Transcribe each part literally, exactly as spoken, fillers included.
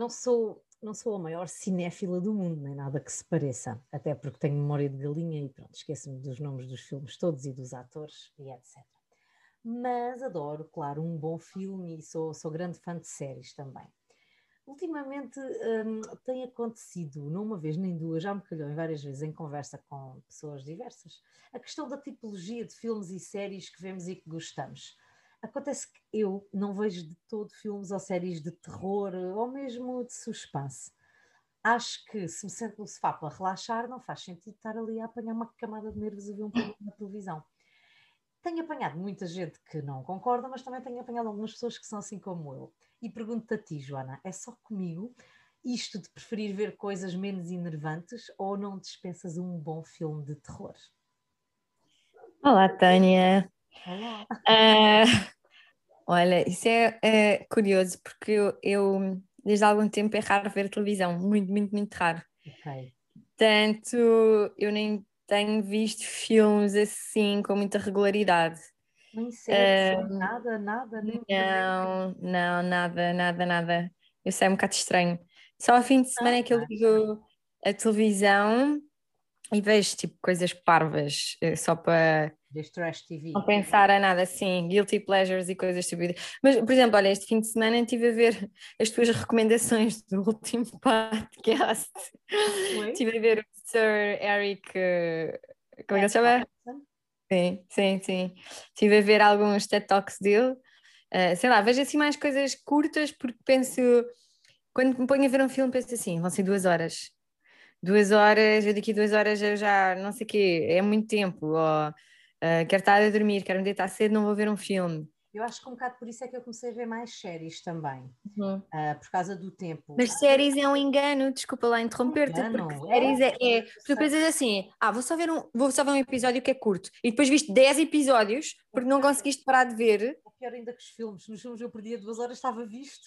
não sou, não sou a maior cinéfila do mundo, nem nada que se pareça, até porque tenho memória de galinha e pronto, esqueço-me dos nomes dos filmes todos e dos atores e etcétera. Mas adoro, claro, um bom filme e sou, sou grande fã de séries também. Ultimamente hum, tem acontecido, não uma vez nem duas, já me calhou em várias vezes em conversa com pessoas diversas, a questão da tipologia de filmes e séries que vemos e que gostamos. Acontece que eu não vejo de todo filmes ou séries de terror ou mesmo de suspense. Acho que se me sento no sofá para relaxar, não faz sentido estar ali a apanhar uma camada de nervos a ver um programa na televisão. Tenho apanhado muita gente que não concorda, mas também tenho apanhado algumas pessoas que são assim como eu. E pergunto-te a ti, Joana, é só comigo isto de preferir ver coisas menos enervantes ou não dispensas um bom filme de terror? Olá, Tânia. Olá. Ah, olha, isso é, é curioso porque eu, eu, desde há algum tempo é raro ver televisão, muito, muito, muito raro. Ok. Tanto eu nem tenho visto filmes assim com muita regularidade. Nem séries, Ah, nem nada, nada, nem um bocadinho. não, não, nada, nada, nada. Eu sei, é um bocado estranho. Só ao fim de semana Não, é que eu ligo a televisão e vejo tipo coisas parvas, eh, só para desde Trash T V. não pensar a nada assim, guilty pleasures e coisas estúpidas. Mas, por exemplo, olha, este fim de semana estive a ver as tuas recomendações do último podcast. Oi? Estive a ver o Sir Eric, eh, como é que ele É, se chama? Robertson? Sim, sim, sim. Estive a ver alguns TED Talks dele. Eh, sei lá, vejo assim mais coisas curtas porque penso, quando me ponho a ver um filme, penso assim, vão ser duas horas. Duas horas, eu daqui a duas horas eu já não sei o quê, é muito tempo. Ou, ah, quero estar a dormir, quero me deitar cedo, não vou ver um filme. Eu acho que um bocado por isso é que eu comecei a ver mais séries também, Uhum. ah, por causa do tempo. Mas séries é um engano, desculpa lá Não interromper-te, porque engano, é, séries é, é eu tu sei. pensas assim, ah, vou só ver um, vou só ver um episódio que é curto, e depois viste dez episódios O porque não pior, conseguiste parar de ver. o pior ainda que os filmes, nos filmes eu perdia duas horas, estava visto.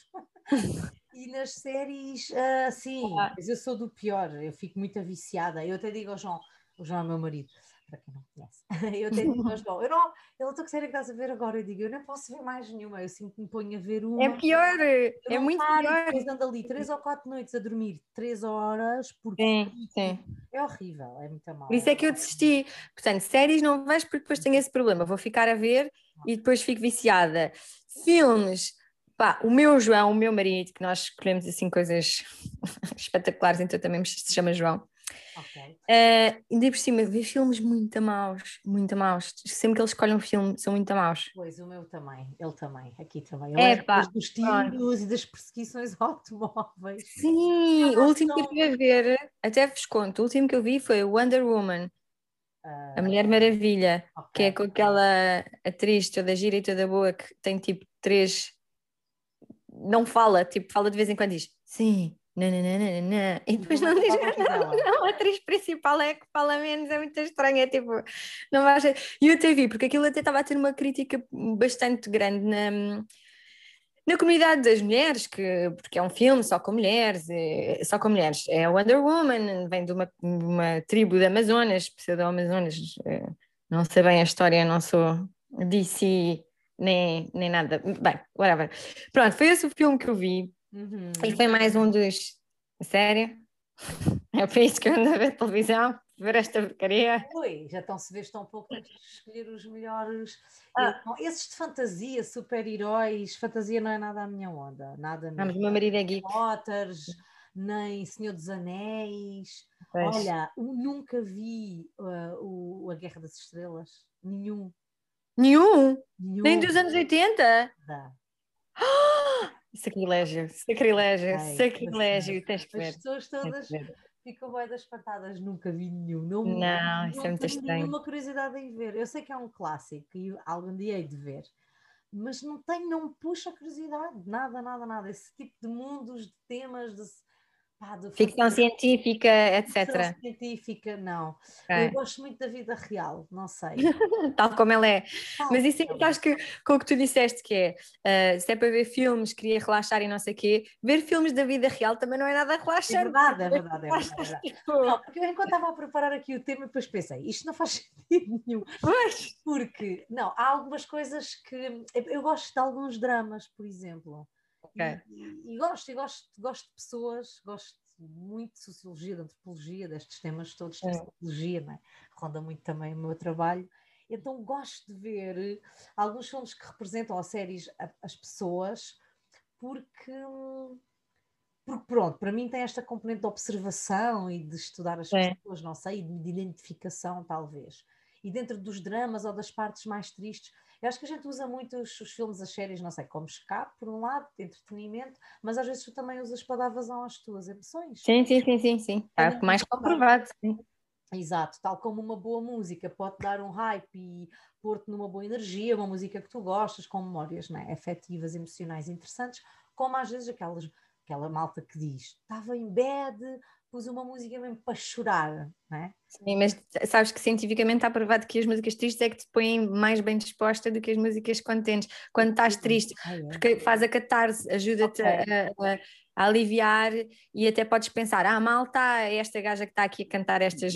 E nas séries, ah, sim, Ah, mas eu sou do pior, eu fico muito viciada. Eu até digo ao João, o João é meu marido, para quem não conhece, eu até digo ao João, eu não, ele está que série que estás a ver agora? Eu digo, eu não posso ver mais nenhuma, eu sempre me ponho a ver é uma, pior, eu é não muito paro e pior. depois ando ali três ou quatro noites a dormir, três horas, porque Sim, sim. é horrível, é muito Por mal. isso é que eu desisti. Portanto, séries não vejo porque depois tenho esse problema. Vou ficar a ver e depois fico viciada. Filmes, pá, o meu João, o meu marido, que nós escolhemos assim coisas espetaculares, então também se chama João. Ok. Uh, ainda por cima, vê filmes muito maus, muito maus. Sempre que ele escolhe um filme, são muito maus. Pois, o meu também, ele também, aqui também. Ele é Epá, das dos pronto. tiros e das perseguições automóveis. Sim, o Elas último que eu são. estive a ver, até vos conto, o último que eu vi foi Wonder Woman. A ah, Mulher Maravilha, ok. que é com aquela atriz toda gira e toda boa que tem tipo três. Não fala, tipo, fala de vez em quando diz sim, nananana, e E depois tu não nunca diz falas nada. dela. Não, a atriz principal é a que fala menos, é muito estranho, é tipo, não vais. E eu até vi, porque aquilo até estava a ter uma crítica bastante grande na, na comunidade das mulheres, que, porque é um filme só com mulheres, é, só com mulheres. É Wonder Woman, vem de uma, uma tribo de Amazonas, pseudo-Amazonas, é, não sei bem a história, não sou D C nem, nem nada. Bem, whatever. Pronto, foi esse o filme que eu vi. E Uhum. foi mais um dos. Sério? É para isso que eu ando a ver televisão? Ver esta porcaria? Ui, já estão se vês tão pouco, tens de escolher os melhores. Eu, Ah, não, esses de fantasia, super-heróis, fantasia não é nada a minha onda, nada vamos, mesmo. o meu marido é Nem geek. Potters, nem Senhor dos Anéis. Pois. Olha, eu nunca vi uh, o, a Guerra das Estrelas. Nenhum, Nenhum? Nem nenhum. dos anos oitenta? Dá. Sacrilégio, sacrilégio, Sei, eu sei. sacrilégio, tens que As ver. pessoas Tens que todas ver. ficam bem das espantadas, nunca vi nenhum. Não, Não, isso é não muito tenho estranho. nenhuma curiosidade em ver. Eu sei que é um clássico e algum dia hei de ver, mas não tenho, não me puxa a curiosidade, nada, nada, nada. Esse tipo de mundos, de temas, de, pá, de Ficção fantasia, científica, ficção etcétera. científica, não. Eu Ok. gosto muito da vida real, não sei. Tal como ela é. Tal Mas isso é, como ela acho que com o que tu disseste que é, ah, se é para ver filmes, queria relaxar e não sei o quê, ver filmes da vida real também não é nada é. É relaxante, verdade, porque é verdade, é verdade, é relaxas, verdade. tipo, Não, porque eu enquanto estava a preparar aqui o tema, depois pensei, isto não faz sentido nenhum. pois, Porque, não, há algumas coisas que. Eu gosto de alguns dramas, por exemplo. Okay. E, e gosto, e gosto, gosto de pessoas, gosto muito de sociologia, de antropologia, destes temas todos, de psicologia, não é? Ronda muito também o meu trabalho. Então gosto de ver alguns filmes que representam, ou séries, a, as pessoas, porque, porque pronto, para mim tem esta componente de observação e de estudar as é. pessoas, não sei, de identificação talvez. E dentro dos dramas ou das partes mais tristes, eu acho que a gente usa muito os, os filmes, as séries, não sei, como escape, por um lado, de entretenimento, mas às vezes tu também usas para dar vazão às tuas emoções. Sim, sim, sim, sim, sim. Está mais comprovado, sim. Exato, tal como uma boa música pode dar um hype e pôr-te numa boa energia, uma música que tu gostas, com memórias, não é? Afetivas, emocionais interessantes, como às vezes aquelas, aquela malta que diz, estava em bed, pus uma música mesmo para chorar, não é? Sim, mas sabes que cientificamente está provado que as músicas tristes é que te põem mais bem disposta do que as músicas contentes, quando estás triste, Ah, é? porque faz a catarse, ajuda-te Okay. a, a, a aliviar e até podes pensar, ah, mal está esta gaja que está aqui a cantar estas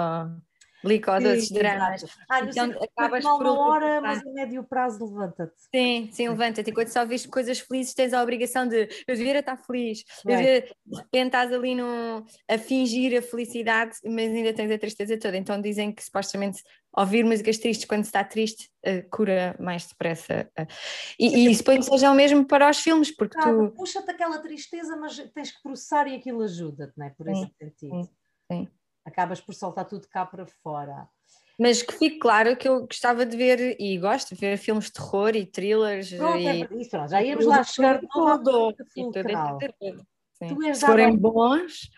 melodicosos dramas, ah, então acabas mal por na hora, ultrapassar. mas a médio prazo levanta-te. Sim, sim, levanta-te. Enquanto só vês coisas felizes, tens a obrigação de eu devia estar feliz. Eu devia, de repente estás ali no, a fingir a felicidade, mas ainda tens a tristeza toda. Então dizem que supostamente ouvir músicas tristes quando se está triste uh, cura mais depressa. Uh. E, e suponho que seja o mesmo para os filmes, porque tu. Puxa-te aquela tristeza, mas tens que processar e aquilo ajuda-te, não é? Por esse Sim, sentido. sim, sim. Acabas por soltar tudo cá para fora. Mas que fique claro que eu gostava de ver e gosto de ver filmes de terror e thrillers. Pronto, e, é, isso, pronto, já e íamos tudo, lá chegar de novo à tudo, pergunta e tudo, fulcral. e tudo, Tu és se dado forem ao, bons.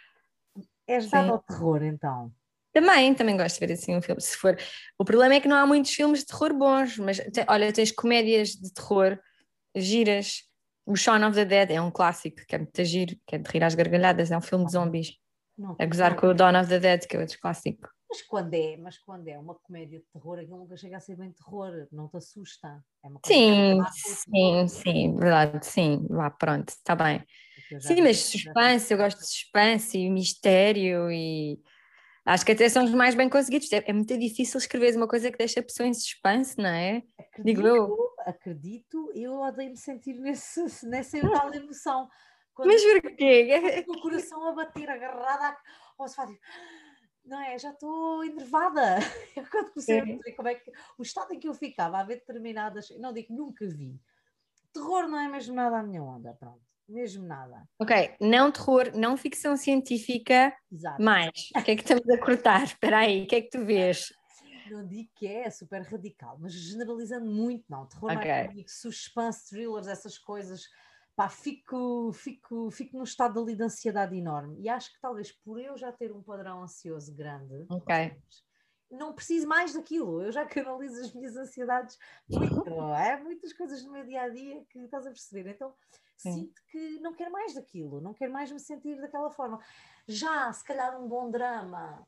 és dado ao terror, então? Também, também gosto de ver assim um filme. Se for... O problema é que não há muitos filmes de terror bons, mas te... olha, tens comédias de terror giras. O Shaun of the Dead é um clássico, que é muito giro, que é de rir às gargalhadas, é um filme de zombies. Não, A gozar com o Dawn of the Dead, que é outro clássico. Mas quando é, mas quando é uma comédia de terror, aquilo nunca chega a ser bem terror, não te assusta. É uma coisa Sim, que sim, sim, verdade, sim, vá, pronto, está bem. Sim, mas suspense, eu gosto de suspense e mistério e acho que até são os mais bem conseguidos. É, é muito difícil escrever uma coisa que deixa a pessoa em suspense, não é? Acredito, Digo eu. Acredito, eu odeio-me sentir nesse, nessa tal emoção. Quando Mas porquê? o coração a bater, agarrada ao sofá, tipo, não é? Já estou enervada. Eu quando comecei a ver como é que o estado em que eu ficava a ver determinadas, não digo nunca vi. Terror não é mesmo nada à minha onda, pronto. Mesmo nada. Ok, não terror, não ficção científica, Exato. mais. O que é que estamos a cortar? Espera aí, o que é que tu vês? Não digo que é super radical, mas generalizando muito, não. Terror Ok. mais comigo, suspense, thrillers, essas coisas. Pá, fico, fico, fico num estado ali de ansiedade enorme. E acho que talvez por eu já ter um padrão ansioso grande, Ok. não preciso mais daquilo. Eu já canalizo as minhas ansiedades muito. É muitas coisas no meu dia a dia que estás a perceber. Então Sim. sinto que não quero mais daquilo, não quero mais me sentir daquela forma. Já, se calhar, um bom drama.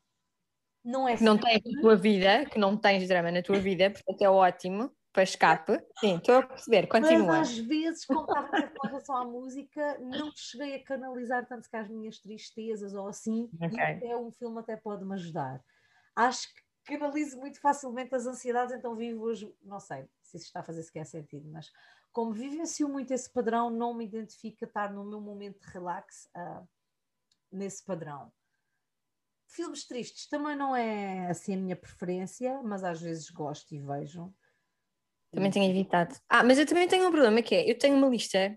Não é que não tens na tua vida, que não tens drama na tua vida, portanto é ótimo para escape. Sim, estou a perceber, continua. Mas às vezes, como estava a dizer com relação à música, não cheguei a canalizar tanto que as minhas tristezas ou assim, Ok. e até um filme até pode me ajudar. Acho que canalizo muito facilmente as ansiedades, então vivo hoje, não sei se isso está a fazer sequer sentido, mas como vivencio muito esse padrão, não me identifica estar no meu momento de relax uh, nesse padrão. Filmes tristes também não é assim a minha preferência, mas às vezes gosto e vejo. Também tenho evitado. Ah, mas eu também tenho um problema que é, eu tenho uma lista.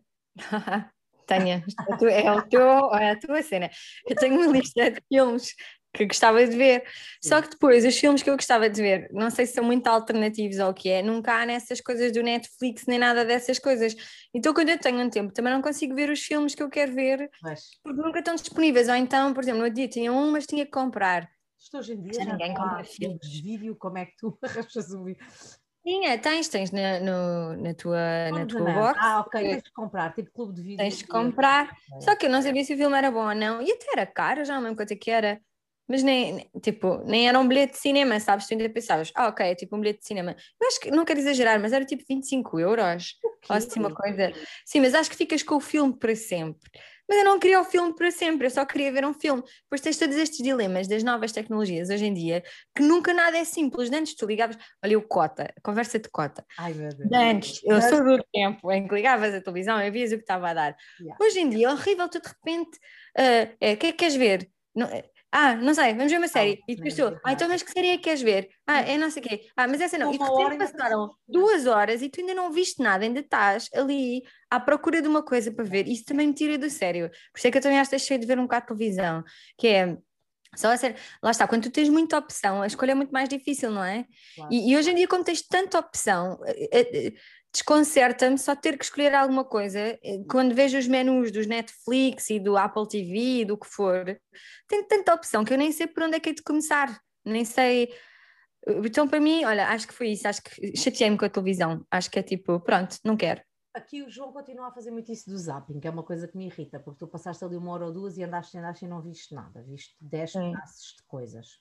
Tenha, é, o teu, é a tua cena. Eu tenho uma lista de filmes que gostava de ver. Sim. Só que depois, os filmes que eu gostava de ver, não sei se são muito alternativos ou o que é, nunca há nessas coisas do Netflix nem nada dessas coisas. Então, quando eu tenho um tempo, também não consigo ver os filmes que eu quero ver, mas... porque nunca estão disponíveis. Ou então, por exemplo, no dia tinha um, mas tinha que comprar. Isto hoje em dia já, já ninguém compra filmes de vídeo, como é que tu arranjas um vídeo? Sim, é, tens, tens na, no, na tua, na tua box. Ah, ok, tens de comprar, tipo clube de vídeo. Tens de comprar. É. Só que eu não sabia se o filme era bom ou não. E até era caro, já não lembro quanto é que era. Mas nem, tipo, nem era um bilhete de cinema, sabes? Tu ainda pensavas, ah, ok, é tipo um bilhete de cinema. Eu acho que, não quero exagerar, mas era tipo vinte e cinco euros. Ou assim uma coisa. Sim, mas acho que ficas com o filme para sempre. mas eu não queria o filme para sempre, eu só queria ver um filme. Depois tens todos estes dilemas das novas tecnologias hoje em dia, que nunca nada é simples. De antes tu ligavas, olha o Cota, a conversa de Cota. Ai, meu De Deus. antes, eu Mas- sou do tempo em que ligavas a televisão e vias o que estava a dar. Yeah. Hoje em dia é horrível, tu de repente, ah, é, o que é que queres ver? Não, é, ah, não sei, vamos ver uma série. Ah, E depois nem tu, ah, então mas que série é que queres ver? Ah, é não sei o quê. Ah, mas essa não. E de Uma hora repente ainda tens passaram que- duas horas e tu ainda não viste nada, ainda estás ali à procura de uma coisa para ver. Isso também me tira do sério. Por isso é que eu também acho que deixei de ver um bocado de televisão, que é só a sério. Lá está, quando tu tens muita opção, a escolha é muito mais difícil, não é? Claro. E, e hoje em dia, como tens tanta opção, eh, eh, desconcerta-me só ter que escolher alguma coisa. Eh, Quando vejo os menus dos Netflix e do Apple T V e do que for, tenho tanta opção que eu nem sei por onde é que hei de começar. Nem sei. Então, para mim, olha, acho que foi isso. Acho que chateei-me com a televisão. Acho que é tipo, pronto, não quero. Aqui o João continua a fazer muito isso do zapping, que é uma coisa que me irrita, porque tu passaste ali uma hora ou duas e andaste, andaste e não viste nada, viste dez Sim. pedaços de coisas.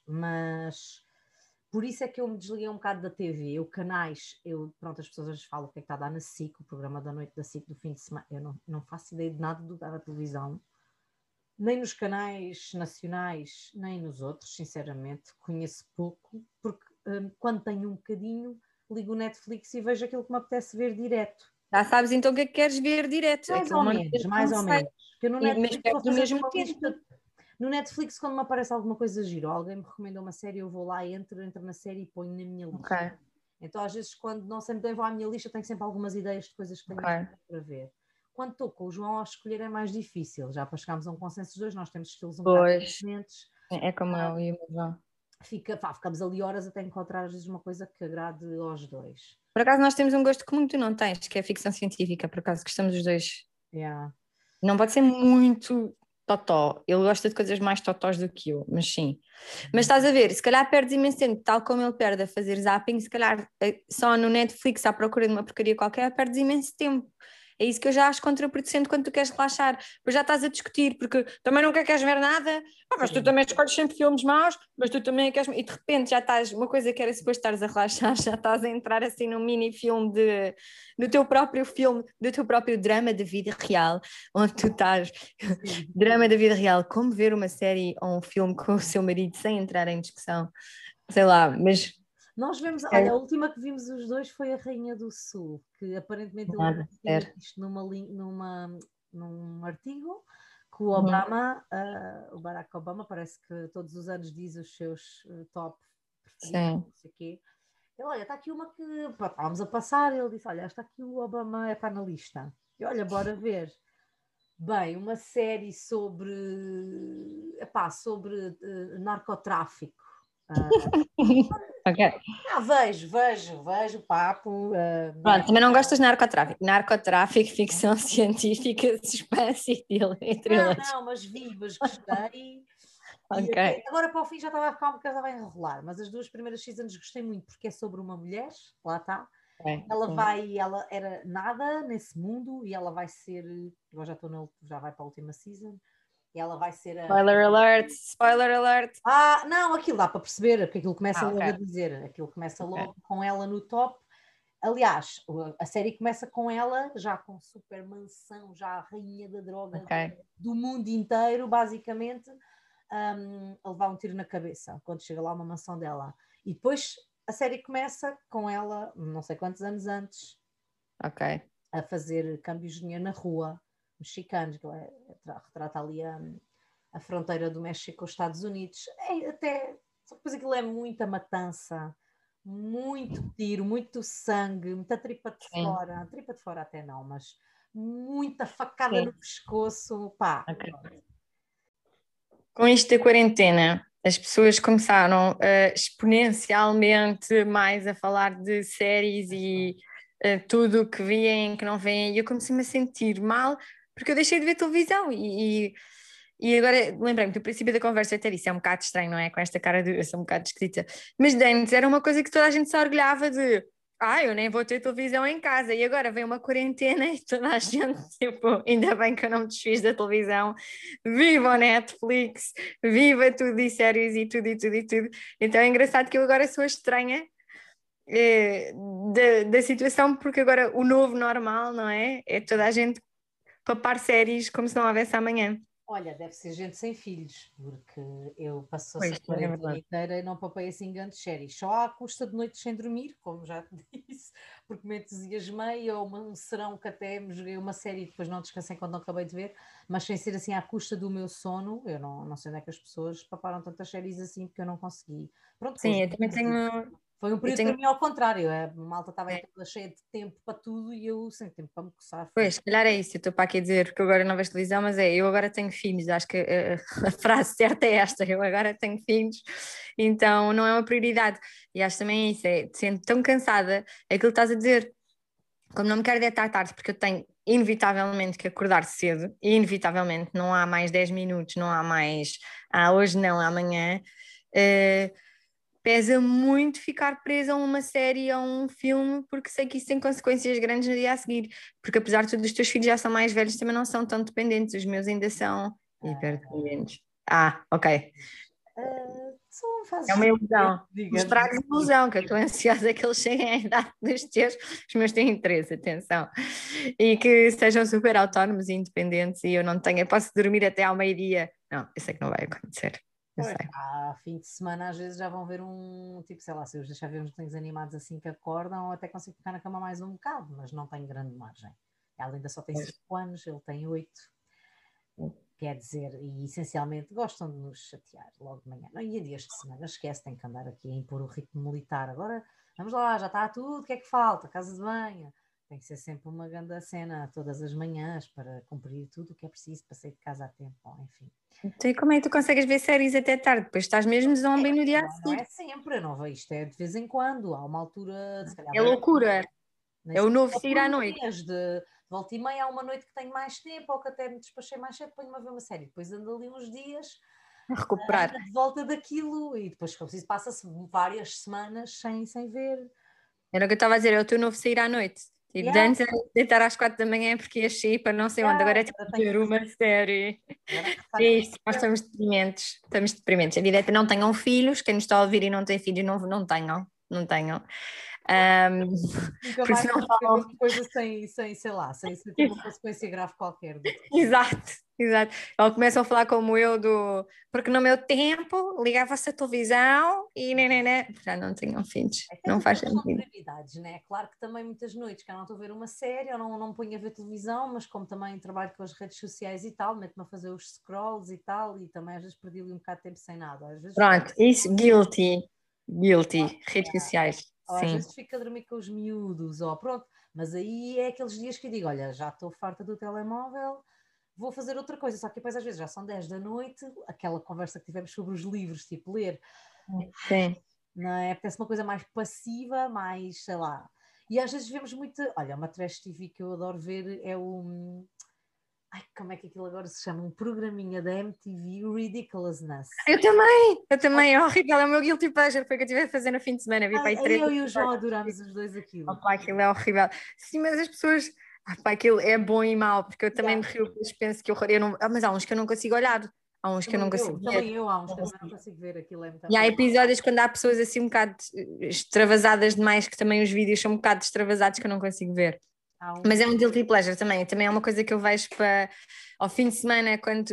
Mas por isso é que eu me desliguei um bocado da T V. Eu, canais, eu, pronto, as pessoas hoje falam o que é que está a dar na SIC, o programa da noite da SIC do fim de semana. Eu não, não faço ideia de nada do que dá na televisão, nem nos canais nacionais, nem nos outros, sinceramente. Conheço pouco, porque hum, quando tenho um bocadinho, ligo o Netflix e vejo aquilo que me apetece ver direto. Já sabes então o que é que queres ver direto. Mais Aquilo ou não menos, mais ou sei. menos. Porque eu no Mas Netflix pego vou do fazer mesmo uma tempo. lista. No Netflix, quando me aparece alguma coisa gira, ou alguém me recomenda uma série, eu vou lá, entro, entro na série e ponho na minha lista. Ok, Então, às vezes, quando não sempre bem vou à minha lista, tenho sempre algumas ideias de coisas que tenho ok. para ver. Quando estou com o João a escolher é mais difícil. Já para chegarmos a um consenso dos dois, nós temos estilos um bocado Pois, diferentes. é como eu e o meu João. Fica, pá, ficamos ali horas até encontrar às vezes uma coisa que agrade aos dois. Por acaso nós temos um gosto comum que tu não tens, que é a ficção científica, por acaso gostamos os dois. Yeah. Não pode ser muito totó, ele gosta de coisas mais totós do que eu, mas sim. Mas estás a ver, se calhar perdes imenso tempo, tal como ele perde a fazer zapping, se calhar eh, só no Netflix à procura de uma porcaria qualquer, perdes imenso tempo. É isso que eu já acho contraproducente quando tu queres relaxar, pois já estás a discutir, porque também não queres ver nada, ah, mas tu Sim. também escolhes sempre filmes maus, mas tu também queres. E de repente já estás, uma coisa que era suposto estares a relaxar, já estás a entrar assim num mini filme de, do teu próprio filme, do teu próprio drama de vida real, onde tu estás, Sim. drama da vida real, como ver uma série ou um filme com o seu marido sem entrar em discussão, sei lá, mas. Nós vemos, É. olha, a última que vimos os dois foi a Rainha do Sul, que aparentemente Nada, ele tinha zero. visto numa, lin- numa, num artigo que o Uhum. Obama, ah, o Barack Obama, parece que todos os anos diz os seus eh, top preferidos, Sim. não sei o quê. Ele, olha, está aqui uma que pá, estávamos a passar, ele disse, olha, está aqui o Obama, está na lista. E olha, bora ver. Bem, uma série sobre, epá, sobre eh, narcotráfico. Ah, Ok. Ah, vejo, vejo, vejo o papo. Uh, Pronto, também não gostas de narcotráfico. Narcotráfico, ficção científica, suspense e thriller- e não, thrillers. não, mas vi, mas gostei. E Ok. até- agora para o fim já estava a ficar um bocado a enrolar, mas as duas primeiras seasons gostei muito porque é sobre uma mulher, lá está. Ok, Ela sim. vai, ela era nada nesse mundo e ela vai ser, agora já estou na, já vai para a última season, e ela vai ser a. Spoiler alert, spoiler alert. Ah, não, aquilo dá para perceber, porque aquilo começa Ah, logo ok. a dizer, aquilo começa Ok. logo com ela no top. Aliás, a série começa com ela já com super mansão, já a rainha da droga Ok. do mundo inteiro, basicamente, um, a levar um tiro na cabeça quando chega lá uma mansão dela. E depois a série começa com ela, não sei quantos anos antes, Ok. a fazer câmbios de dinheiro na rua, mexicanos, que é, retrata ali a, a fronteira do México com os Estados Unidos. É, até, só que depois aquilo é muita matança, muito tiro, muito sangue, muita tripa de Sim. fora, tripa de fora até não, mas muita facada Sim. no pescoço, pá. Ok. Com isto da quarentena, as pessoas começaram uh, exponencialmente mais a falar de séries e uh, tudo o que veem, que não veem, e eu comecei-me a sentir mal porque eu deixei de ver televisão e, e, e agora lembrei-me que no princípio da conversa eu até disse, é um bocado estranho, não é? Com esta cara de eu sou um bocado esquisita, mas de antes era uma coisa que toda a gente se orgulhava de ah, eu nem vou ter televisão em casa, e agora vem uma quarentena e toda a gente, tipo, ainda bem que eu não me desfiz da televisão, viva o Netflix, viva tudo e séries e tudo e tudo e tudo. Então é engraçado que eu agora sou a estranha eh, da, da situação, porque agora o novo normal, não é? É toda a gente papar séries como se não houvesse amanhã. Olha, deve ser gente sem filhos, porque eu passou-se a Pois, também é quarentena verdade. inteira e não papei assim grandes séries, só à custa de noites sem dormir, como já te disse, porque me entusiasmei, ou uma- um serão que até me joguei uma série e depois não descansei quando não acabei de ver, mas sem ser assim à custa do meu sono, eu não, não sei onde é que as pessoas paparam tantas séries assim, porque eu não consegui. Pronto, com os Sim, eu também meninos e tenho. foi um Eu período para tenho mim ao contrário, a malta estava aí toda cheia de tempo para tudo e eu sem tempo para me coçar. Foi. Pois, se calhar é isso, eu estou para aqui a dizer, porque eu agora não vejo televisão, mas é, eu agora tenho filhos, acho que eh, a frase certa é esta, eu agora tenho filhos, então não é uma prioridade. E acho também isso, é, sendo tão cansada, é aquilo que estás a dizer, como não me quero deitar tarde, porque eu tenho inevitavelmente que acordar cedo, e inevitavelmente não há mais dez minutos, não há mais, ah, hoje não, amanhã, eh, pesa muito ficar presa a uma série ou a um filme, porque sei que isso tem consequências grandes no dia a seguir. Porque apesar de tudo, os teus filhos já são mais velhos, também não são tão dependentes. Os meus ainda são hiper dependentes. Ah, ok. Ah, são É fases uma diferentes, ilusão. Nos digamos traz assim. ilusão, que eu estou ansiosa que eles cheguem à idade dos teus. Os meus têm treze, atenção. E que sejam super autónomos e independentes e eu não tenha, posso dormir até ao meio-dia. Não, eu sei que não vai acontecer. Eu Pois, sei. há fim de semana às vezes já vão ver um, tipo, sei lá, se eu os deixar ver uns desenhos animados assim que acordam, até consigo ficar na cama mais um bocado, mas não tenho grande margem. Ela ainda só tem cinco anos, ele tem oito, quer dizer, e essencialmente gostam de nos chatear logo de manhã. Não, e a dias de semana, esquece, tem que andar aqui a impor o ritmo militar. Agora, vamos lá, já está tudo, o que é que falta? Casa de banho. Tem que ser sempre uma grande cena todas as manhãs para cumprir tudo o que é preciso para sair de casa a tempo. Bom, enfim. Então, e como é que tu consegues ver séries até tarde? Depois estás mesmo zombie no dia a Não, não é seguir. sempre, não vejo isto, é de vez em quando. Há uma altura, se calhar É vejo, loucura. nem É o sequer novo é sair por à noite. mês, de, de volta e meia, há uma noite que tenho mais tempo, ou que até me despachei mais cedo, ponho-me a ver uma série. Depois ando ali uns dias, A recuperar. anda de volta daquilo, e depois, como preciso, passa-se várias semanas sem, sem ver. Era o que eu estava a dizer, é o teu novo sair à noite. Tipo, de Yeah, antes era deitar às quatro da manhã porque ias sair para não sei onde. yeah, Agora é tipo agora tenho que ver fazer, uma série. agora a É ressaca é isto, nós estamos deprimentes. Estamos deprimentes. A vida é que não tenham filhos. Quem nos está a ouvir e não tem filhos, não, não tenham. Não tenham. Ahm, nunca porque mais senão vamos ter falam. outra coisa sem, sem, sei lá, sem, sem ter uma consequência grave qualquer do tipo. Exato, exato. Ou começam a falar como eu do porque no meu tempo ligava-se a televisão e né, né, né. Já não tinham filhos. É que é Não tudo uma faz questão de sentido. prioridades, né? Claro que também muitas noites que eu não estou a ver uma série, eu não, não me ponho a ver televisão, mas como também trabalho com as redes sociais e tal, meto-me a fazer os scrolls e tal, e também às vezes perdi ali um bocado de tempo sem nada. Às vezes fico, Pronto, isso, guilty. Guilty. Redes sociais. ou às Sim. vezes fico a dormir com os miúdos, ou pronto, mas aí é aqueles dias que eu digo: olha, já estou farta do telemóvel, vou fazer outra coisa. Só que depois às vezes já são dez da noite, aquela conversa que tivemos sobre os livros, tipo ler, Sim. não é? Apetece uma coisa mais passiva, mais, sei lá. E às vezes vemos muito. Olha, uma trash T V que eu adoro ver é o. Ai, como é que aquilo agora se chama? Um programinha da M T V, o Ridiculousness. Eu também, eu também, é horrível, é o meu guilty pleasure, foi o que eu tive a fazer no fim de semana, vi para Ai, aí ai, três eu e o João episódios. adorámos os dois aquilo. Opa, aquilo é horrível. Sim, mas as pessoas, opa, aquilo é bom e mau, porque eu também Yeah. me rio, depois penso que horror, eu não... ah, mas há uns que eu não consigo olhar, há uns que eu não Também consigo eu, ver. também eu, há uns Não que eu também não consigo. consigo ver aquilo, é muito E há mau. episódios quando há pessoas assim um bocado extravasadas demais, que também os vídeos são um bocado extravasados que eu não consigo ver. Há Mas um. é um guilty pleasure também. Também é uma coisa que eu vejo para ao fim de semana, quando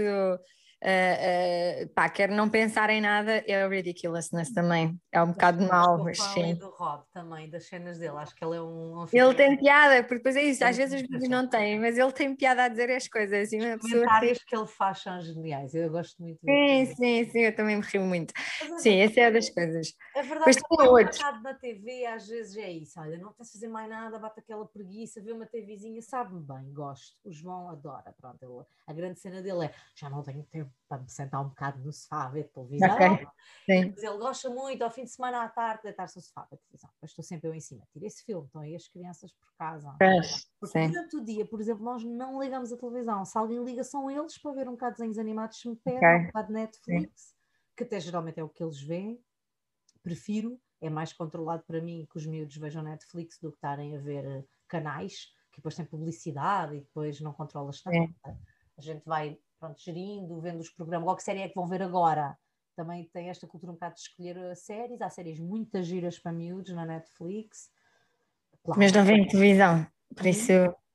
uh, uh, pá, quero não pensar em nada, é o Ridiculousness também. É um bocado mau, Sou mas fã ali sim. do Rob também, das cenas dele. Acho que ele é um Ele anfitrião tem piada, porque depois é isso, é às muito vezes os vídeos engraçado. não têm, mas ele tem piada a dizer as coisas e Os uma pessoa ri. comentários que ele faz são geniais, eu gosto muito de ver. Sim, sim, sim, eu também me rio muito. Mas a Sim, verdade, essa é das coisas. a verdade Depois é que tem põe um outros. bocado na T V, às vezes é isso. Olha, não tens de fazer mais nada, bate aquela preguiça, vê uma TVzinha, sabe-me bem, gosto. O João adora. Pronto, ele, a grande cena dele é: já não tenho tempo para me sentar um bocado no sofá a ver Ok, televisão. sim. Mas ele gosta muito, ao fim de semana à tarde, deitar-se no sofá para televisão. Mas estou sempre eu em cima. Tira esse filme, estão aí as crianças por casa. Pois, Porque sim, durante o dia, por exemplo, nós não ligamos a televisão. Se alguém liga, são eles para ver um bocado de desenhos animados, se me pedem, um ok, bocado de sim. Netflix, que até geralmente é o que eles veem. Prefiro, é mais controlado para mim que os miúdos vejam Netflix do que estarem a ver eh, canais, que depois tem publicidade e depois não controlas tanto. Sim. A gente vai, pronto, gerindo, vendo os programas. Qual que série é que vão ver agora? Também tem esta cultura um bocado de escolher uh, séries. Há séries muito giras para miúdos na Netflix. Mas Claro, não vem televisão, por vi, isso.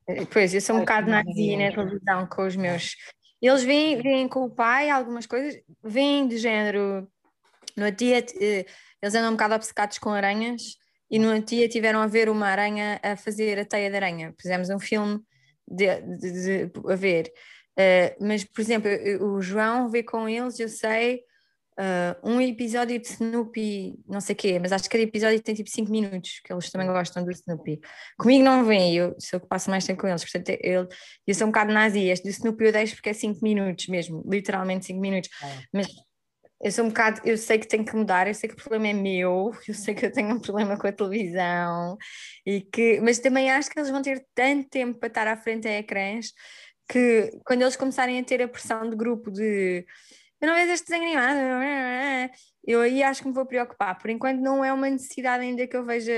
Pois, eu sou um Ai, bocado mas nazi na é- televisão com os meus. Eles vêm, vêm com o pai algumas coisas, vêm de género. No outro dia, eh, eles andam um bocado obcecados com aranhas e no outro dia tiveram a ver uma aranha a fazer a teia de aranha. Fizemos um filme de, de- de- a ver. Eh, mas, por exemplo, eu- o João vê com eles, eu sei, eh, um episódio de Snoopy, não sei o quê, mas acho que cada episódio tem tipo cinco minutos, que eles também gostam do Snoopy. Comigo não vem, eu sou que passo mais tempo com eles, portanto eu, eu sou um bocado nazi. Este do Snoopy eu deixo porque é cinco minutos mesmo, literalmente cinco minutos. é. Mas eu sou um bocado, eu sei que tenho que mudar, eu sei que o problema é meu, eu sei que eu tenho um problema com a televisão, e que, mas também acho que eles vão ter tanto tempo para estar à frente a ecrãs que quando eles começarem a ter a pressão de grupo de eu não vejo este desenho animado, eu aí acho que me vou preocupar. Por enquanto não é uma necessidade ainda que eu veja.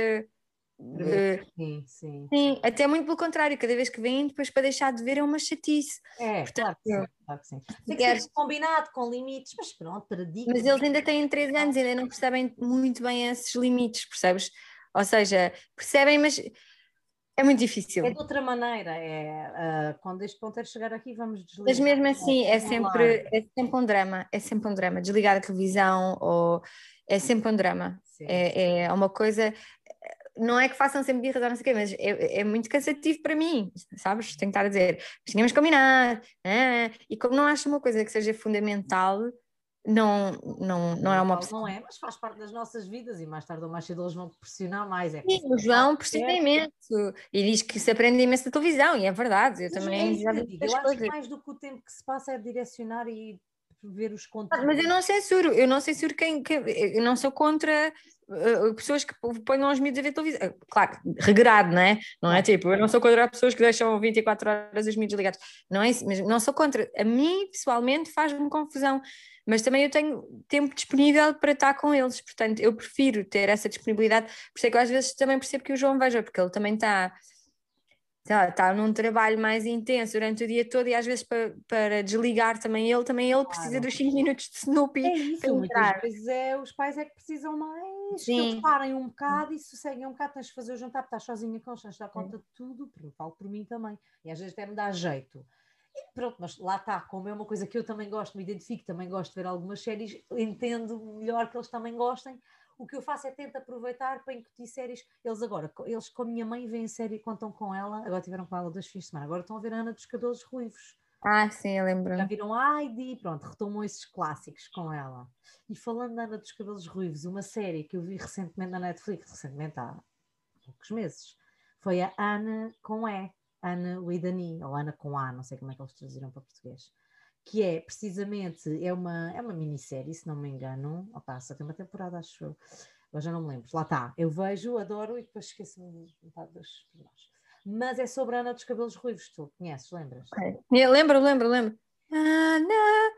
Ver. eh, Sim, sim. sim, até muito pelo contrário, cada vez que vêm, depois para deixar de ver é uma chatice. É, Portanto, claro que sim, claro que sim. se Tem que ser queres. combinado com limites, mas pronto, para Mas dicas. eles ainda têm três anos, ainda não percebem muito bem esses limites, percebes? Ou seja, percebem, mas é muito É difícil. de outra maneira, é, ah, quando este ponteiro chegar aqui, vamos Mas desligar. mesmo assim, é Falar. sempre, é sempre um drama, é sempre um drama. Desligar a televisão ou é sempre um drama. Sim. É, é uma coisa, não é que façam sempre birras ou não sei o quê, mas é, é muito cansativo para mim, sabes? Tenho que estar a dizer, mas tínhamos que combinar, ah, e como não acho uma coisa que seja fundamental, não, não, não é uma Fundamental opção. não é, mas faz parte das nossas vidas e mais tarde ou mais cedo eles vão pressionar mais. É que Sim, isso o está João percebe certo. imenso e diz que se aprende imenso da televisão, e é verdade, eu Mas é também isso já que eu vi digo. Eu muitas acho que coisas. mais do que o tempo que se passa é direcionar e ver os Ah, mas eu conteúdos. não censuro, eu não censuro quem, quem- eu não sou contra uh, pessoas que ponham os miúdos a ver televisão. Uh, Claro, regrado, não é? Não é Claro. tipo, eu não sou contra pessoas que deixam vinte e quatro horas os miúdos ligados. Não é isso, mas não sou contra. A mim, pessoalmente, faz-me confusão, mas também eu tenho tempo disponível para estar com eles, portanto, eu prefiro ter essa disponibilidade. Por isso é que eu às vezes também percebo que o João veja, porque ele também está está tá num trabalho mais intenso durante o dia todo e às vezes para, para desligar também ele, também ele precisa Claro. dos cinco minutos de Snoopy É para isso, muitas entrar. vezes é os pais é que precisam mais que eles Sim. parem um bocado e sosseguem um bocado, tens de fazer o jantar, porque estás sozinha com eles, tens de dar conta de tudo, porque eu falo por mim também, e às vezes até me dá jeito. E pronto, mas lá está, como é uma coisa que eu também gosto, me identifico, também gosto de ver algumas séries, entendo melhor que eles também gostem. O que eu faço é tento aproveitar para incutir séries. Eles agora, eles com a minha mãe veem série, contam com ela, agora tiveram com ela dois fins de semana, agora estão a ver a Ana dos Cabelos Ruivos. Ah, sim, eu Já lembro. viram a Heidi, pronto, retomam esses clássicos com ela. E falando da Ana dos Cabelos Ruivos, uma série que eu vi recentemente na Netflix, recentemente há poucos meses, foi a Ana com E, Ana with an E, ou Ana com A, não sei como é que eles traduziram para português, que é precisamente, é uma, é uma minissérie, se não me engano, opa, só tem uma temporada, acho eu, agora já não me lembro, lá está, eu vejo, adoro e depois esqueço-me de metade dos pormenores. Mas é sobre a Ana dos Cabelos Ruivos, tu conheces, lembras? Ok. Eu lembro, lembro, lembro. Ana,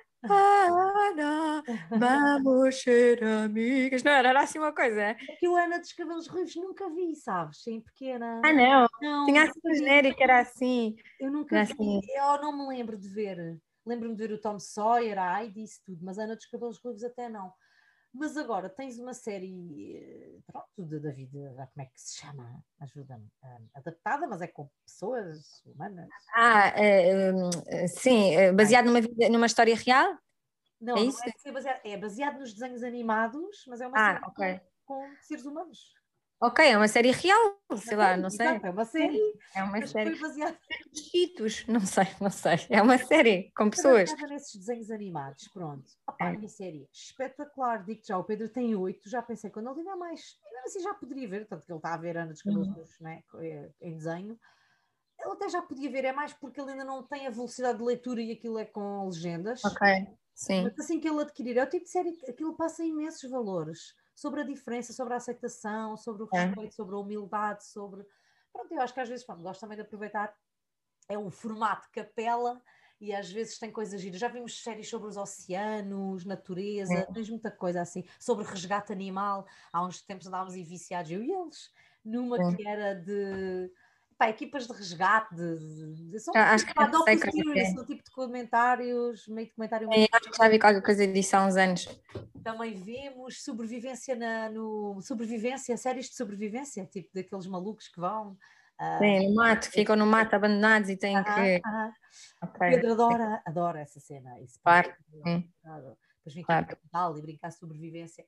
Ana, vamos ser amigas. Não era, era assim uma coisa. É? É que o Ana dos Cabelos Ruivos nunca vi, sabes? Sim, Ah, pequena. não. Não, Tinha assim nunca um vi. genérico, era assim. Eu nunca Era vi. assim. Eu não me lembro de ver. Lembro-me de ver o Tom Sawyer, a Heidi, isso tudo, mas a Ana dos Cabelos Ruivos até não. Mas agora tens uma série, eh, pronto, da da vida, já como é que se chama? Ajuda-me. Ah, adaptada, mas é com pessoas humanas. Ah, eh, eh, sim, eh, Ai, baseado numa, vida- numa história real? É não, não isso? é, ser baseado, é baseado nos desenhos animados, mas é uma Ah, série ok. com, com seres humanos. Ok, é uma série real, Uma sei lá, série, não sei. exato, é uma série, É uma mas que série. foi baseada Cheetos, não sei, não sei. É uma série com é pessoas. baseada nesses desenhos animados, pronto. Opa, É. e série espetacular, digo já, o Pedro tem oito, já pensei, quando ele tiver mais, ainda assim já poderia ver, tanto que ele está a ver Ana dos Cabelos Roxos, né, em desenho, ele até já podia ver, é mais porque ele ainda não tem a velocidade de leitura e aquilo é com legendas, Ok, sim. mas assim que ele adquirir, é o tipo de série que aquilo passa imensos valores, sobre a diferença, sobre a aceitação, sobre o É. respeito, sobre a humildade, sobre... Pronto, eu acho que às vezes, pronto, gosto também de aproveitar é um formato capela e às vezes tem coisas giras. Já vimos séries sobre os oceanos, natureza, Sim. tens muita coisa assim, sobre resgate animal. Há uns tempos andávamos aí viciados, eu e eles, numa Sim. que era de pá, equipas de resgate, de, de, de, são Ah, acho que pá, já sei qual é que docu-series, é. são tipo documentários, meio documentário, meio Sim, acho que já vi qualquer coisa disso há uns anos. também vemos sobrevivência na, no sobrevivência, séries de sobrevivência, tipo daqueles malucos que vão. Sim, no mato, ficam no mato abandonados e têm que. Ah, Okay. Pedro adora, adora essa cena. Isso Claro. Sim. Depois vem Claro. aqui no quintal e brincar sobrevivência.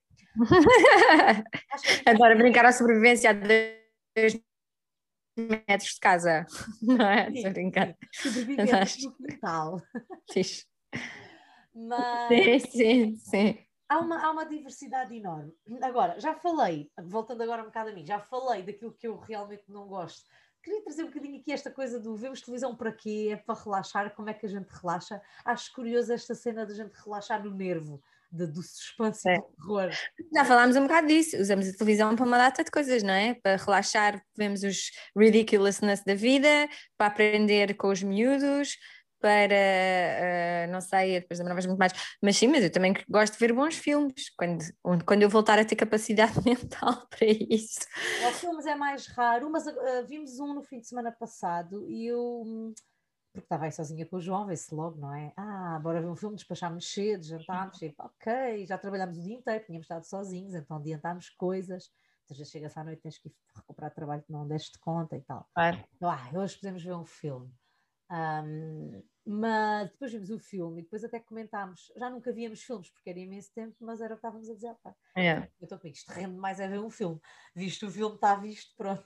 Adoro brincar à sobrevivência a dois metros de casa. Não é? Estou a brincar. Sobrevivência no quintal. Fixe. Mas sim, sim, sim. Há uma, há uma diversidade enorme. Agora, já falei, voltando agora um bocado a mim, já falei daquilo que eu realmente não gosto. Queria trazer um bocadinho aqui esta coisa do vemos televisão para quê? É para relaxar? Como é que a gente relaxa? Acho curioso esta cena da gente relaxar no nervo, de, do suspense É. e do terror. Já falámos um bocado disso, usamos a televisão para uma data de coisas, não é? Para relaxar, vemos os ridiculousness da vida, para aprender com os miúdos, para, uh, não sei, depois também não vejo muito mais, mas sim, mas eu também gosto de ver bons filmes, quando, quando eu voltar a ter capacidade mental para isso. Os filmes é mais raro, mas uh, vimos um no fim de semana passado e eu... porque estava aí sozinha com o João, vê-se logo, não é? Ah, bora ver um filme, despachámos cedo, jantámos, e, ok, já trabalhámos o dia inteiro, tínhamos estado sozinhos, então adiantámos coisas, às vezes chega-se à noite, tens que ir recuperar trabalho que não deste conta e tal. Claro. Então, ah, hoje podemos ver um filme. Um, mas depois vimos o filme e depois até comentámos, já nunca víamos filmes porque era imenso tempo, mas era o que estávamos a dizer, pá, É. eu estou comigo, isto rende mais a ver um filme, visto o filme, está visto, pronto.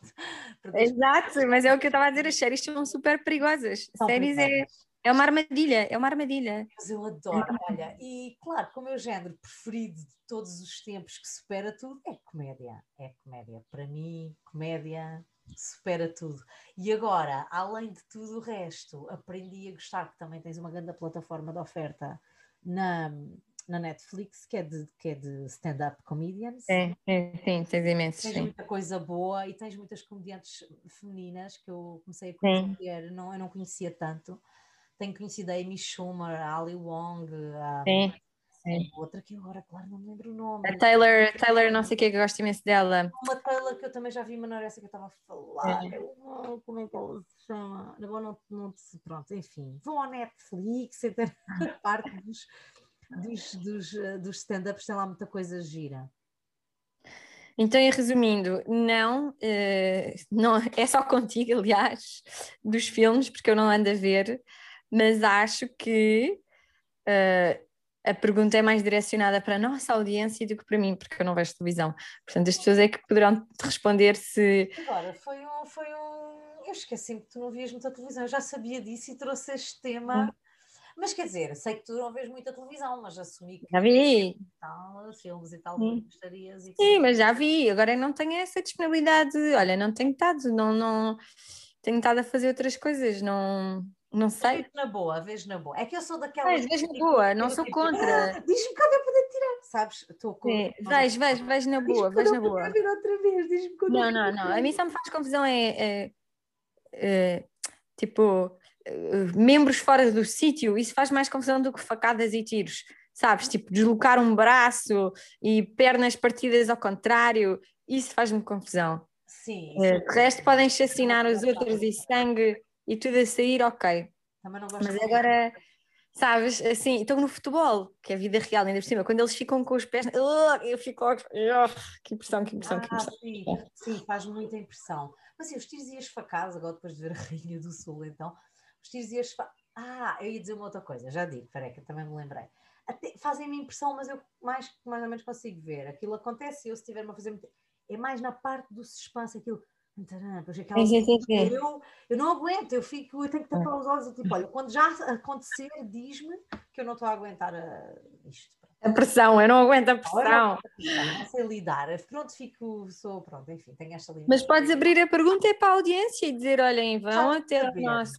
Exato, mas é o que eu estava a dizer, as séries são super perigosas, São séries é, é uma armadilha, é uma armadilha. Mas eu adoro, olha, e claro, como é o meu género preferido de todos os tempos que supera tudo, é comédia, é comédia, para mim, comédia supera tudo. E agora, além de tudo o resto, aprendi a gostar, que também tens uma grande plataforma de oferta na, na Netflix, que é de, que é de stand-up comedians. É, é, sim, tens imensos, Tens sim. muita coisa boa e tens muitas comediantes femininas que eu comecei a conhecer, não, eu não conhecia tanto. Tenho conhecido a Amy Schumer, a Ali Wong, a, Sim, sim. outra que eu agora, claro, não me lembro o nome. A Taylor, Taylor, não sei o que, é que eu gosto imenso dela. Uma Taylor que eu também já vi, mas não era essa que eu estava a falar. É. Eu, como é que ela se chama? Agora não, não, pronto, enfim. Vão ao Netflix e ter parte dos, dos, dos, dos stand-ups, tem lá muita coisa gira. Então, e resumindo, não, uh, não, é só contigo, aliás, dos filmes, porque eu não ando a ver, mas acho que uh, a pergunta é mais direcionada para a nossa audiência do que para mim, porque eu não vejo televisão. Portanto, as pessoas é que poderão te responder se... Agora, foi um, foi um... Eu esqueci-me que tu não vias muita televisão, eu já sabia disso e trouxe este tema... Mas quer dizer, sei que tu não vês muita televisão, mas assumi que Já vi. tal, filmes e tal, Sim. gostarias e Sim, mas já vi, agora não tenho essa disponibilidade, olha, não tenho estado, não, não tenho estado a fazer outras coisas, não, não sei. Vejo na boa, vejo na boa. É que eu sou daquelas. Vejo, vejo na boa, não sou tipo, contra. Ah, diz-me quando eu poder tirar, sabes? Estou com. Sim, vejo, vejo, vejo na boa, Diz-me vejo quando na eu boa. poder ver outra vez, diz-me quando Não, eu não, não, a mim só me faz confusão é, é, é tipo, é, membros fora do sítio, isso faz mais confusão do que facadas e tiros, sabes? Tipo, deslocar um braço e pernas partidas ao contrário, isso faz-me confusão. Sim. É, de resto podem chacinar os outros e sangue e tudo a sair, ok. Também não gosto mas agora, sabes, assim, estou no futebol, que é a vida real, ainda por cima, quando eles ficam com os pés, uh, eu fico, uh, que impressão, que impressão, que Ah, impressão. sim, sim, faz muita impressão. Mas sim, os tiros e as facadas, agora depois de ver a Rainha do Sul, então, os tiros e as facadas. Ah, eu ia dizer uma outra coisa, já digo, peraí, que eu também me lembrei. Fazem-me impressão, mas eu mais, mais ou menos consigo ver. Aquilo acontece e eu, se estiver-me a fazer muito. É mais na parte do suspense, aquilo. Aquela... Sim, sim, sim. Eu, eu não aguento, eu fico, eu tenho que tapar os olhos. Tipo, olha, quando já acontecer, diz-me que eu não estou a aguentar uh, isto. A pressão, eu não aguento a pressão. Não, não, não sei lidar. Pronto, fico, sou, pronto, enfim, tenho esta linha. Mas podes abrir a pergunta é para a audiência e dizer, olhem, vão até o nosso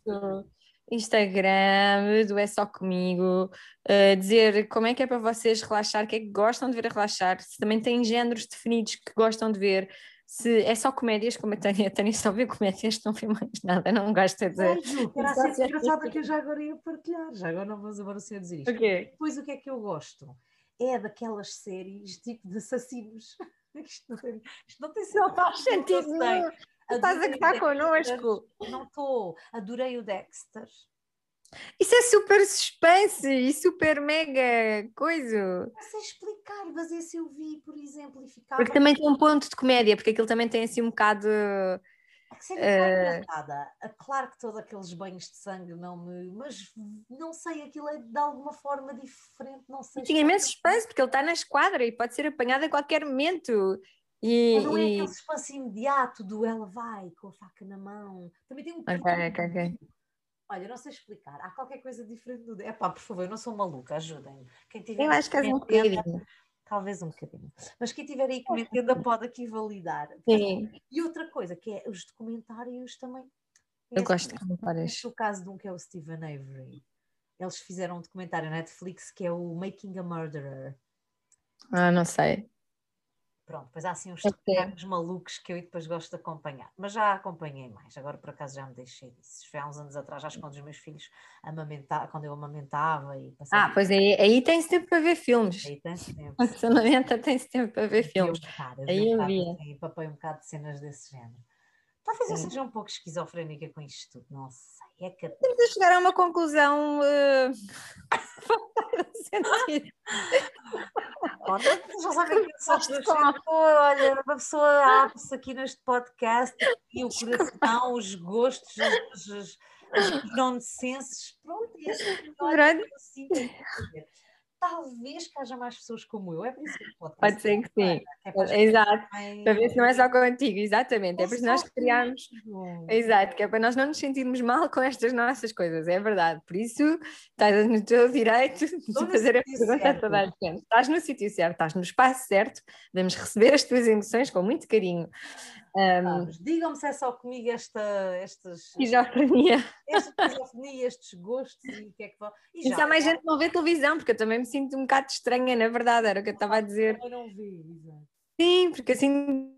Instagram do É Só Comigo, uh, dizer como é que é para vocês relaxar, o que é que gostam de ver a relaxar, se também têm géneros definidos que gostam de ver, se é só comédias, como a Tânia, a Tânia só vê comédias, não vê mais nada, não gosta de dizer. Vejo, que era assim engraçada que eu já agora ia partilhar, já agora não vamos agora ser dizer isto. Okay. Depois o que é que eu gosto? É daquelas séries tipo de assassinos. Isto não tem, isto não, tem não faz sentido nenhum. Estás a gostar connosco. Não estou. Adorei o Dexter. Isso é super suspense e super mega coisa. Não sei explicar, mas esse eu vi, por exemplo, e ficava... Porque também tem um ponto de comédia, porque aquilo também tem assim um bocado... É que seria uh... engraçada. Claro que todos aqueles banhos de sangue não me... Mas não sei, aquilo é de alguma forma diferente, não sei. Tinha imenso espaço, porque ele está na esquadra e pode ser apanhado a qualquer momento. E, mas não é e... aquele suspense imediato do ela vai com a faca na mão. Também tem um... Ok, ok, ok. Olha, não sei explicar. Há qualquer coisa diferente do... Epá, por favor, eu não sou maluca, ajudem-me. Quem tiver eu acho que és um bocadinho. Talvez um bocadinho. Mas quem tiver aí comentando pode aqui validar. Sim. E outra coisa, que é os documentários também. Eu gosto de comentários. O caso de um que é o Stephen Avery. Eles fizeram um documentário na Netflix que é o Making a Murderer. Ah, não sei. Pronto, depois há assim uns documentários malucos que eu depois gosto de acompanhar. Mas já acompanhei mais, agora por acaso já me deixei disso. Foi há uns anos atrás, acho que quando os meus filhos amamentavam, quando eu amamentava e passava. Ah, pois aí, aí tem-se tempo para ver filmes. Aí tem-se tempo. Quando se amamenta tem-se tempo para ver filmes. Eu, cara, aí eu eu via. Assim, papei um bocado de cenas desse género. Talvez eu seja um pouco esquizofrénica com isto tudo, não sei. É que... Temos de chegar a uma conclusão. Uh... Olha, já sabem que eu sou adolescente. Olha, uma pessoa abre-se aqui neste podcast e o coração, os gostos, os, os, os nonsenses. Pronto, é assim. Olha, eu sinto aqui. Talvez que haja mais pessoas como eu. É por isso que o podcast. Pode ser que sim. É para Exato. Também... Para ver se não é só contigo. Exatamente. É, é por isso que nós criamos. Exato. Que é para nós não nos sentirmos mal com estas nossas coisas. É verdade. Por isso, estás no teu direito de fazer a pergunta a toda a gente. Estás no sítio certo, estás no espaço certo. Devemos receber as tuas emoções com muito carinho. Um, Digam-me se é só comigo esta, estas esquizofrenia, esta esquizofrenia, estes gostos e o que é que vão. E já há mais gente que não vê televisão, porque eu também me sinto um bocado estranha, na verdade, era o que eu estava a dizer. Eu não vi, exato. Sim, porque assim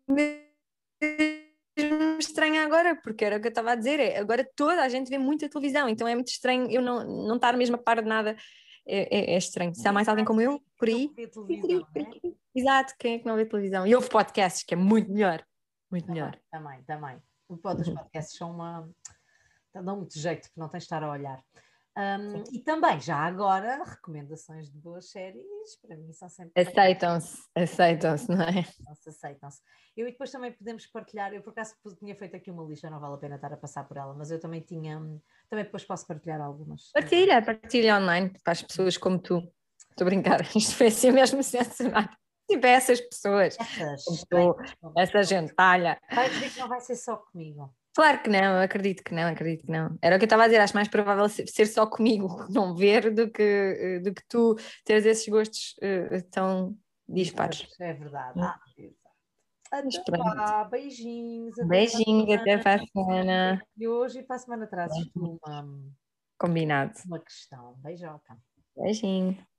mesmo estranha agora, porque era o que eu estava a dizer. É, agora toda a gente vê muita televisão, então é muito estranho eu não, não estar mesmo a par de nada. É, é, é estranho. Se há mais alguém como eu, por aí. Exato, quem é que não vê televisão? E ouve podcasts, que é muito melhor. Muito também, melhor. Também, também. Os podcasts são uma. Dão muito jeito, porque não tens de estar a olhar. Um, e também, já agora, recomendações de boas séries, para mim são sempre. Aceitam-se, aceitam-se, não é? Aceitam-se, aceitam-se. Eu e depois também podemos partilhar. Eu, por acaso, tinha feito aqui uma lista, não vale a pena estar a passar por ela, mas eu também tinha. Também depois posso partilhar algumas. Partilha, partilha online para as pessoas como tu. Estou a brincar, isto foi assim mesmo sensacional. Tipo, essas pessoas, essas, tu, essa gentalha. Vais ver que não vai ser só comigo. Claro que não, acredito que não, acredito que não. Era o que eu estava a dizer, acho mais provável ser só comigo, não ver, do que, do que tu teres esses gostos uh, tão dispares. É verdade. Ah, até lá, beijinhos. Até beijinhos, até para a semana. E hoje e para a semana trazes uma, combinado. uma questão. Beijoca. Beijinho.